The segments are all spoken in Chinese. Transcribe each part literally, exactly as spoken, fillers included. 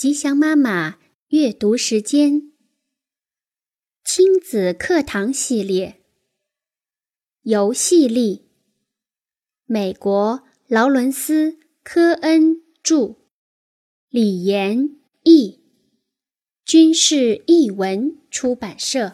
吉祥妈妈阅读时间，亲子课堂系列，游戏力，美国劳伦斯·科恩著，李延译，军事译文出版社。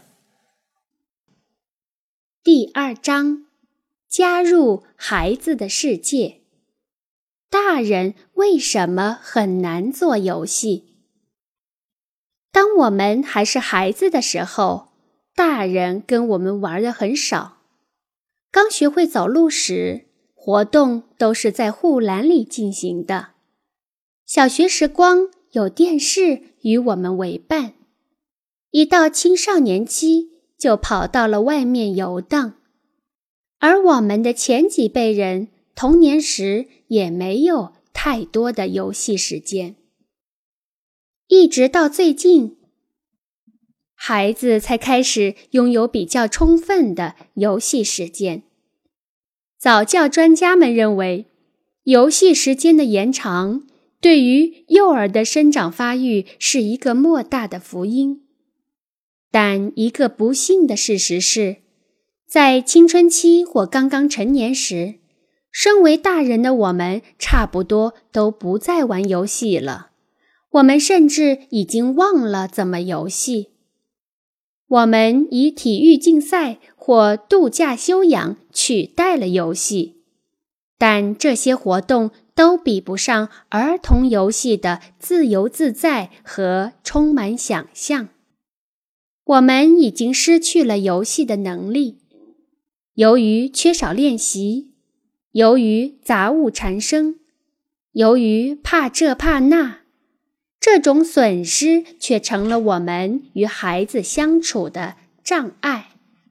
第二章，加入孩子的世界。大人为什么很难做游戏？当我们还是孩子的时候，大人跟我们玩得很少。刚学会走路时，活动都是在护栏里进行的。小学时光有电视与我们为伴。一到青少年期，就跑到了外面游荡。而我们的前几辈人童年时也没有太多的游戏时间，一直到最近，孩子才开始拥有比较充分的游戏时间。早教专家们认为，游戏时间的延长对于幼儿的生长发育是一个莫大的福音。但一个不幸的事实是，在青春期或刚刚成年时，身为大人的我们差不多都不再玩游戏了，我们甚至已经忘了怎么游戏。我们以体育竞赛或度假休养取代了游戏，但这些活动都比不上儿童游戏的自由自在和充满想象。我们已经失去了游戏的能力，由于缺少练习，由于杂物缠身，由于怕这怕那，这种损失却成了我们与孩子相处的障碍。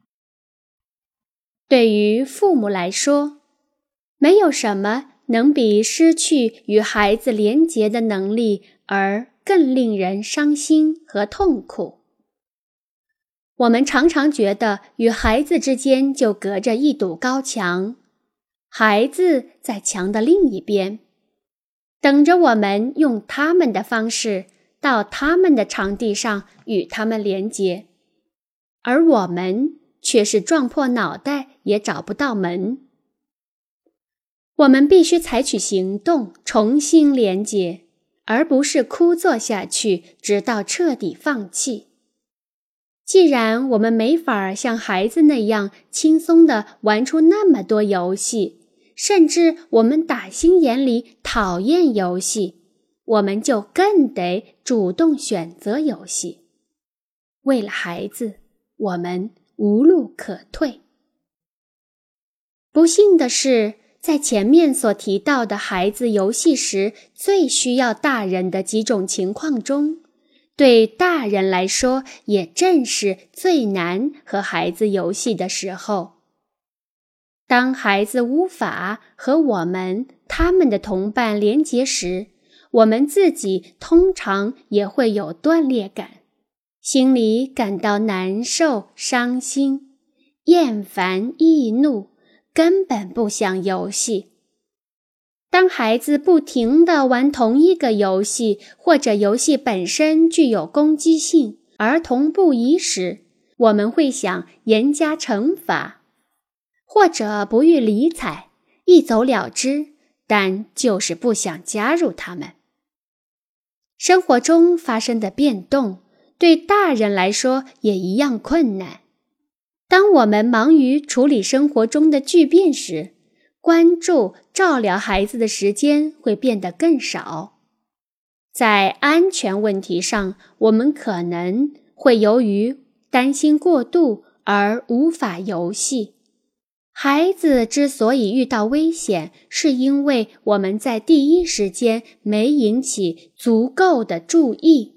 对于父母来说，没有什么能比失去与孩子连结的能力而更令人伤心和痛苦。我们常常觉得与孩子之间就隔着一堵高墙，孩子在墙的另一边，等着我们用他们的方式到他们的场地上与他们连结，而我们却是撞破脑袋也找不到门。我们必须采取行动重新连结，而不是枯坐下去直到彻底放弃。既然我们没法像孩子那样轻松地玩出那么多游戏，甚至我们打心眼里讨厌游戏，我们就更得主动选择游戏。为了孩子，我们无路可退。不幸的是，在前面所提到的孩子游戏时最需要大人的几种情况中，对大人来说也正是最难和孩子游戏的时候。当孩子无法和我们他们的同伴连结时，我们自己通常也会有断裂感，心里感到难受、伤心、厌烦、易怒，根本不想游戏。当孩子不停地玩同一个游戏，或者游戏本身具有攻击性，儿童不宜时，我们会想严加惩罚，或者不予理睬，一走了之，但就是不想加入他们。生活中发生的变动，对大人来说也一样困难。当我们忙于处理生活中的巨变时，关注照料孩子的时间会变得更少。在安全问题上，我们可能会由于担心过度而无法游戏。孩子之所以遇到危险，是因为我们在第一时间没引起足够的注意。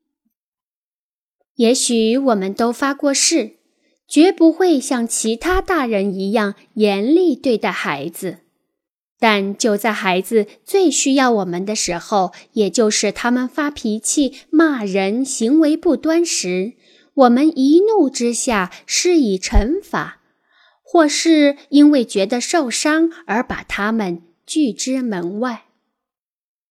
也许我们都发过誓，绝不会像其他大人一样严厉对待孩子。但就在孩子最需要我们的时候，也就是他们发脾气、骂人、行为不端时，我们一怒之下施以惩罚，或是因为觉得受伤而把他们拒之门外。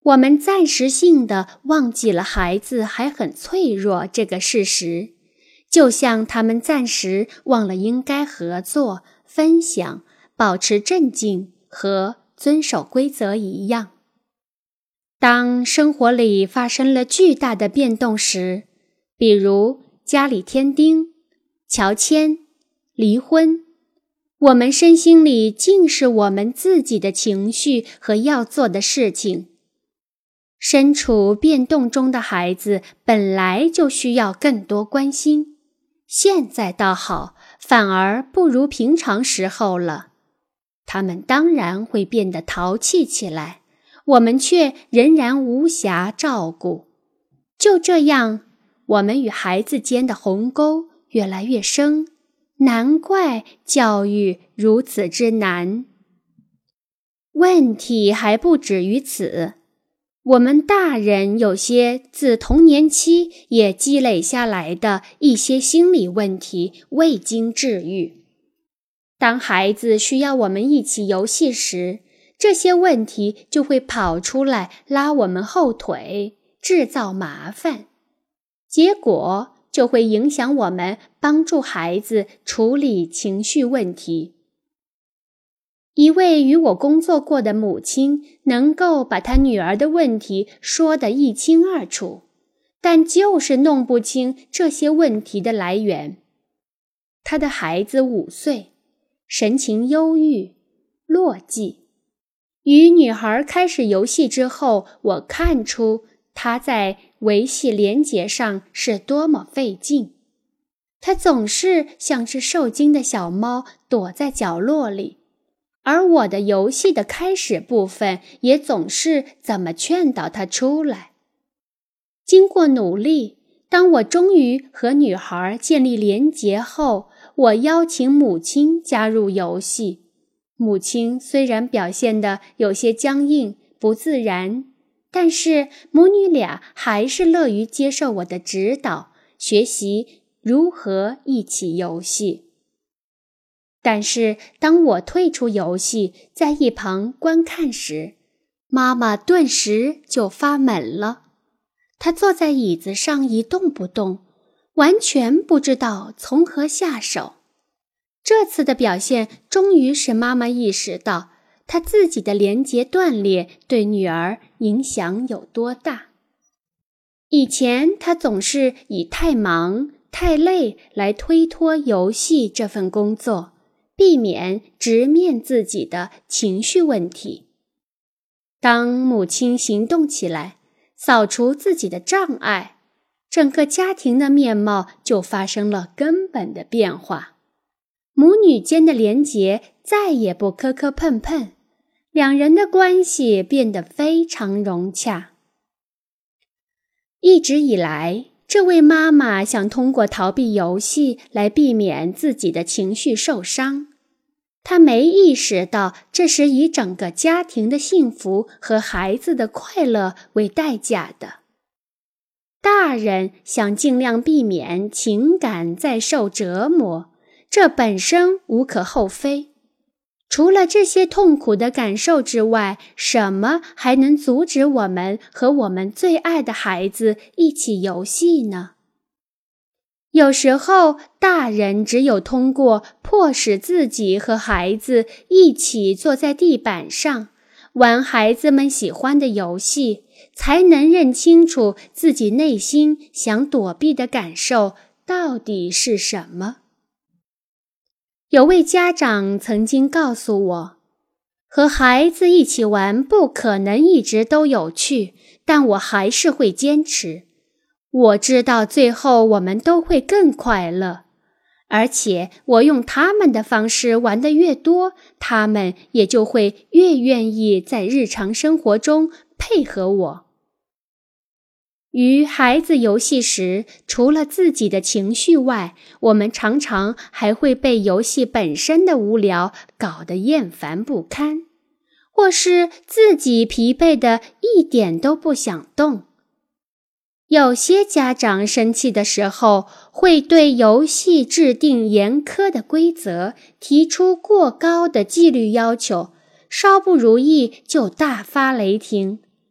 我们暂时性地忘记了孩子还很脆弱这个事实，就像他们暂时忘了应该合作、分享、保持镇静和遵守规则一样。当生活里发生了巨大的变动时，比如家里添丁、乔迁、离婚，我们身心里尽是我们自己的情绪和要做的事情。身处变动中的孩子本来就需要更多关心，现在倒好，反而不如平常时候了。他们当然会变得淘气起来，我们却仍然无暇照顾。就这样，我们与孩子间的鸿沟越来越深，难怪教育如此之难。问题还不止于此，我们大人有些自童年期也积累下来的一些心理问题未经治愈。当孩子需要我们一起游戏时，这些问题就会跑出来拉我们后腿，制造麻烦，结果就会影响我们帮助孩子处理情绪问题。一位与我工作过的母亲能够把她女儿的问题说得一清二楚，但就是弄不清这些问题的来源。她的孩子五岁，神情忧郁、落寂。与女孩开始游戏之后，我看出她在维系连结上是多么费劲。她总是像只受惊的小猫躲在角落里，而我的游戏的开始部分也总是怎么劝导她出来。经过努力，当我终于和女孩建立连结后，我邀请母亲加入游戏。母亲虽然表现得有些僵硬、不自然，但是母女俩还是乐于接受我的指导，学习如何一起游戏。但是当我退出游戏，在一旁观看时，妈妈顿时就发懵了。她坐在椅子上一动不动，完全不知道从何下手。这次的表现终于使妈妈意识到她自己的连结断裂对女儿影响有多大。以前她总是以太忙、太累来推脱游戏这份工作，避免直面自己的情绪问题。当母亲行动起来，扫除自己的障碍，整个家庭的面貌就发生了根本的变化。母女间的连结再也不磕磕碰碰，两人的关系变得非常融洽。一直以来，这位妈妈想通过逃避游戏来避免自己的情绪受伤。她没意识到这是以整个家庭的幸福和孩子的快乐为代价的。大人想尽量避免情感再受折磨，这本身无可厚非。除了这些痛苦的感受之外，什么还能阻止我们和我们最爱的孩子一起游戏呢？有时候，大人只有通过迫使自己和孩子一起坐在地板上，玩孩子们喜欢的游戏，才能认清楚自己内心想躲避的感受到底是什么。有位家长曾经告诉我，和孩子一起玩不可能一直都有趣，但我还是会坚持。我知道最后我们都会更快乐，而且我用他们的方式玩得越多，他们也就会越愿意在日常生活中配合我。与孩子游戏时，除了自己的情绪外，我们常常还会被游戏本身的无聊搞得厌烦不堪，或是自己疲惫得一点都不想动。有些家长生气的时候，会对游戏制定严苛的规则，提出过高的纪律要求，稍不如意就大发雷霆。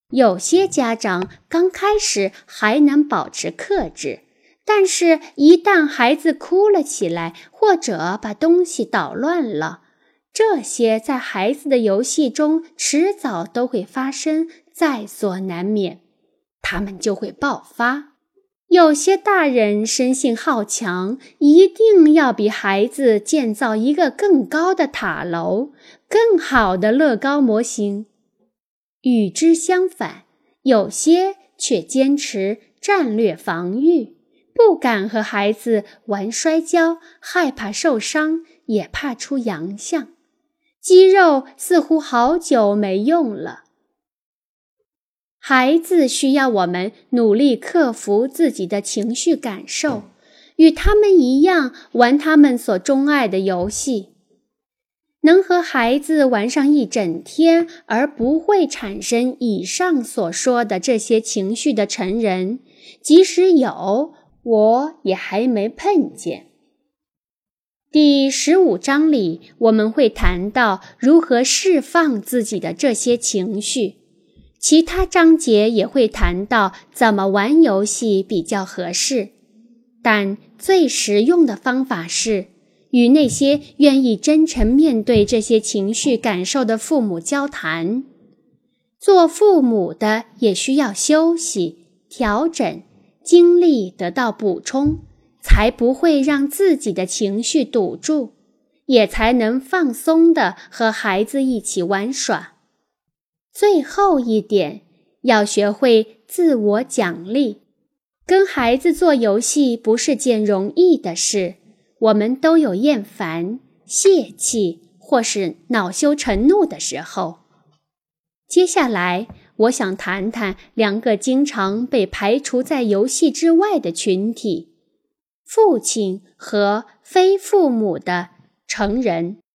有些家长刚开始还能保持克制，但是一旦孩子哭了起来，或者把东西捣乱了，这些在孩子的游戏中迟早都会发生，在所难免，他们就会爆发。有些大人生性好强，一定要比孩子建造一个更高的塔楼，更好的乐高模型。与之相反，有些却坚持战略防御，不敢和孩子玩摔跤，害怕受伤，也怕出洋相。肌肉似乎好久没用了。孩子需要我们努力克服自己的情绪感受，与他们一样玩他们所钟爱的游戏。能和孩子玩上一整天，而不会产生以上所说的这些情绪的成人，即使有，我也还没碰见。第十五章里，我们会谈到如何释放自己的这些情绪，其他章节也会谈到怎么玩游戏比较合适，但最实用的方法是与那些愿意真诚面对这些情绪感受的父母交谈。做父母的也需要休息、调整，精力得到补充，才不会让自己的情绪堵住，也才能放松地和孩子一起玩耍。最后一点，要学会自我奖励。跟孩子做游戏不是件容易的事，我们都有厌烦、泄气或是恼羞成怒的时候。接下来，我想谈谈两个经常被排除在游戏之外的群体：父亲和非父母的成人。